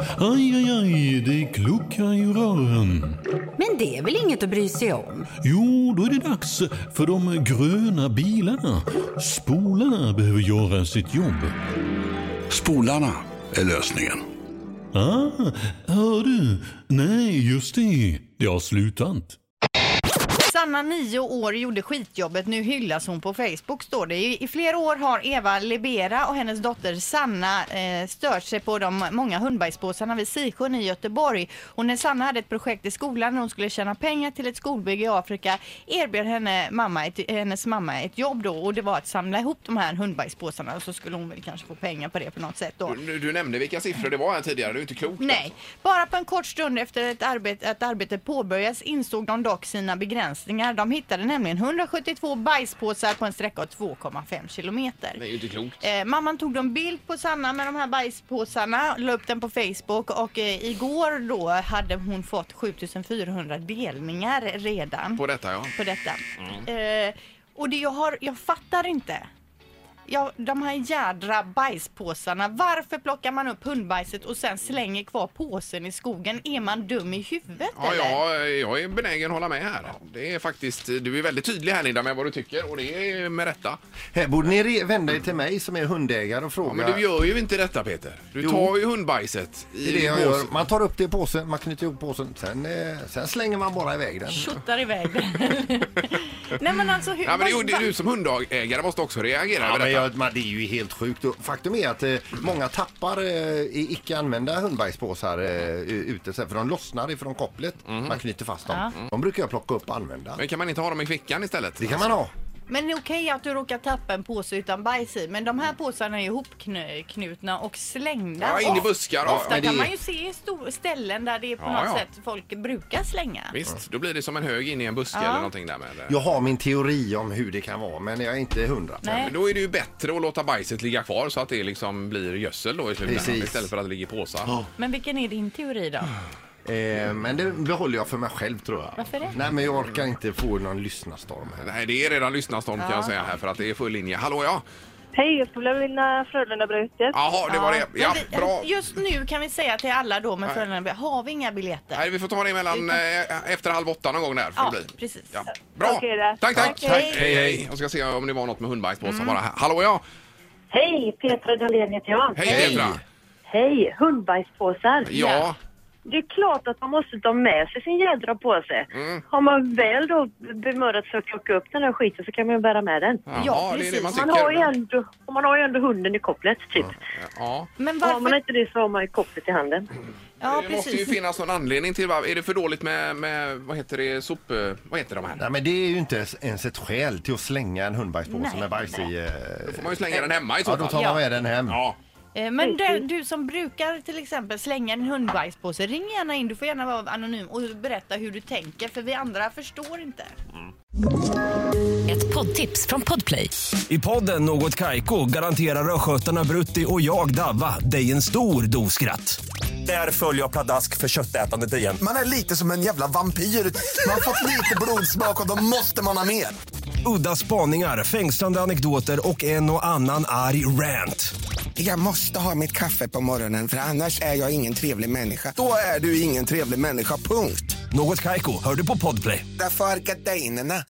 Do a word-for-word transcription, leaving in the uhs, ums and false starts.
Aj, aj, aj, det kluckar i rören. Men det är väl inget att bry sig om? Jo, då är det dags för de gröna bilarna. Spolarna behöver göra sitt jobb. Spolarna är lösningen. Ah, hör du? Nej, just det. Det har slutat. Sanna, nio år, gjorde skitjobbet. Nu hyllas hon på Facebook, står det. I, i flera år har Eva Libera och hennes dotter Sanna eh, stört sig på de många hundbajspåsarna vid Sisjön i Göteborg. Och när Sanna hade ett projekt i skolan när hon skulle tjäna pengar till ett skolbygge i Afrika erbjöd henne mamma ett, hennes mamma ett jobb då. Och det var att samla ihop de här hundbajspåsarna och så skulle hon väl kanske få pengar på det på något sätt då. Du, du nämnde vilka siffror det var här tidigare, det är inte klokt. Nej, alltså. bara på en kort stund efter ett arbete, att arbetet påbörjas insåg de dock sina begränsningar. De hittade nämligen hundrasjuttiotvå bajspåsar på en sträcka av två komma fem kilometer. Det är ju inte klokt. Eh, mamman tog en bild på Sanna med de här bajspåsarna, la upp den på Facebook och eh, igår då hade hon fått sjutusen fyrahundra delningar redan. På detta, ja. På detta. Mm. Eh, och det jag har, jag fattar inte. Ja, de här jädra bajspåsarna. Varför plockar man upp hundbajset och sen slänger kvar påsen i skogen? Är man dum i huvudet Ja, eller? ja, jag är benägen att hålla med här. Det är faktiskt, du är väldigt tydlig här, Linda, med vad du tycker och det är med rätta. Här borde ni re- vända er till mig som är hundägare och fråga. Ja, men du gör ju inte detta, Peter. Du Jo. tar ju hundbajset i Det är det jag påsen. gör. Man tar upp det i påsen, man knyter ihop påsen, sen, eh, sen slänger man bara iväg den. Tjottar iväg den. Nej, men alltså hur... Ja, men det är ju- det är vad- du som hundägare måste också reagera Ja, över men detta. jag, man, det är ju helt sjukt. Och faktum är att eh, många tappar eh, i icke använda hundbajspåsar eh, ute, så här, för de lossnar ifrån kopplet. Man knyter fast dem. Ja. De brukar jag plocka upp och använda. Men kan man inte ha dem i fickan istället? Det kan man ha. Men det är okej att du råkar tappa en påse utan bajs i. Men de här påsarna är ihopknutna och slängda. Ja, in i buskar. Ja, Ofta men det- kan man ju se stor ställen där det är på Ja, något ja. sätt folk brukar slänga. Visst, då blir det som en hög in i en buske Ja. eller någonting där med. Jag har min teori om hur det kan vara, men jag är inte hundra. Nej. Men då är det ju bättre att låta bajset ligga kvar så att det liksom blir gödsel då i slutändan, Precis. istället för att det ligger i påsar. Men vilken är din teori då? Eh, men det behåller jag för mig själv, tror jag. Varför det? Nej, men jag orkar inte få någon lyssnarstorm här. Nej, det är redan lyssnarstorm kan jag säga här för att det är full linje. Hallå, ja. Hej, jag skulle vilja vinna Frölunda-brutet. Jaha, det var det. Ja, Men vi, bra. Just nu kan vi säga till alla då med föräldrarna, har vi inga biljetter? Nej, vi får ta det mellan eh, efter halv åtta någon gång där. Får Ja, det bli. precis. Ja. Bra. Okej då. Tack, tack. Tack, hej. Hej, hej. Jag ska se om det var något med hundbajspåsar Mm. bara här. Hallå, ja. Hej, Petra Dahlén heter jag. Hej, Hej. Petra. Hej, hundbajspåsar. Ja. Det är klart att man måste ta med sig sin jädra påse. Mm. Har man väl då bemödat sig att plocka upp den här skiten så kan man ju bära med den. Jaha, det är det man Man har, ju tycker. ändå, och man har ju ändå hunden i kopplet, typ. Ja. Men Har man varför? inte det så har man ju kopplet i handen. Ja, Det måste ju precis. finnas någon anledning till varför. Är det för dåligt med, med vad heter det, sop... Vad heter de här? Nej, men det är ju inte ens ett skäl till att slänga en hundbajspåse Nej, med bajs i. Eh... Då får man ju slänga den hemma i så Ja, fall. då tar man med den hem. Ja. Eh, Men du, du som brukar till exempel slänga en hundbajspåse, ring gärna in, du får gärna vara anonym och berätta hur du tänker, för vi andra förstår inte. Ett poddtips från Podplay. I podden Något Kaiko garanterar östgötarna Brutti och jag Davva dig en stor dos skratt. Där följer jag pladask för köttätandet igen. Man är lite som en jävla vampyr. Man har fått lite blodsmak och då måste man ha mer. Udda spaningar, fängslande anekdoter och en och annan arg rant. Jag måste ha mitt kaffe på morgonen för annars är jag ingen trevlig människa. Då är du ingen trevlig människa, punkt. Något Kaiko, hör du på Podplay. Därför är gardinerna.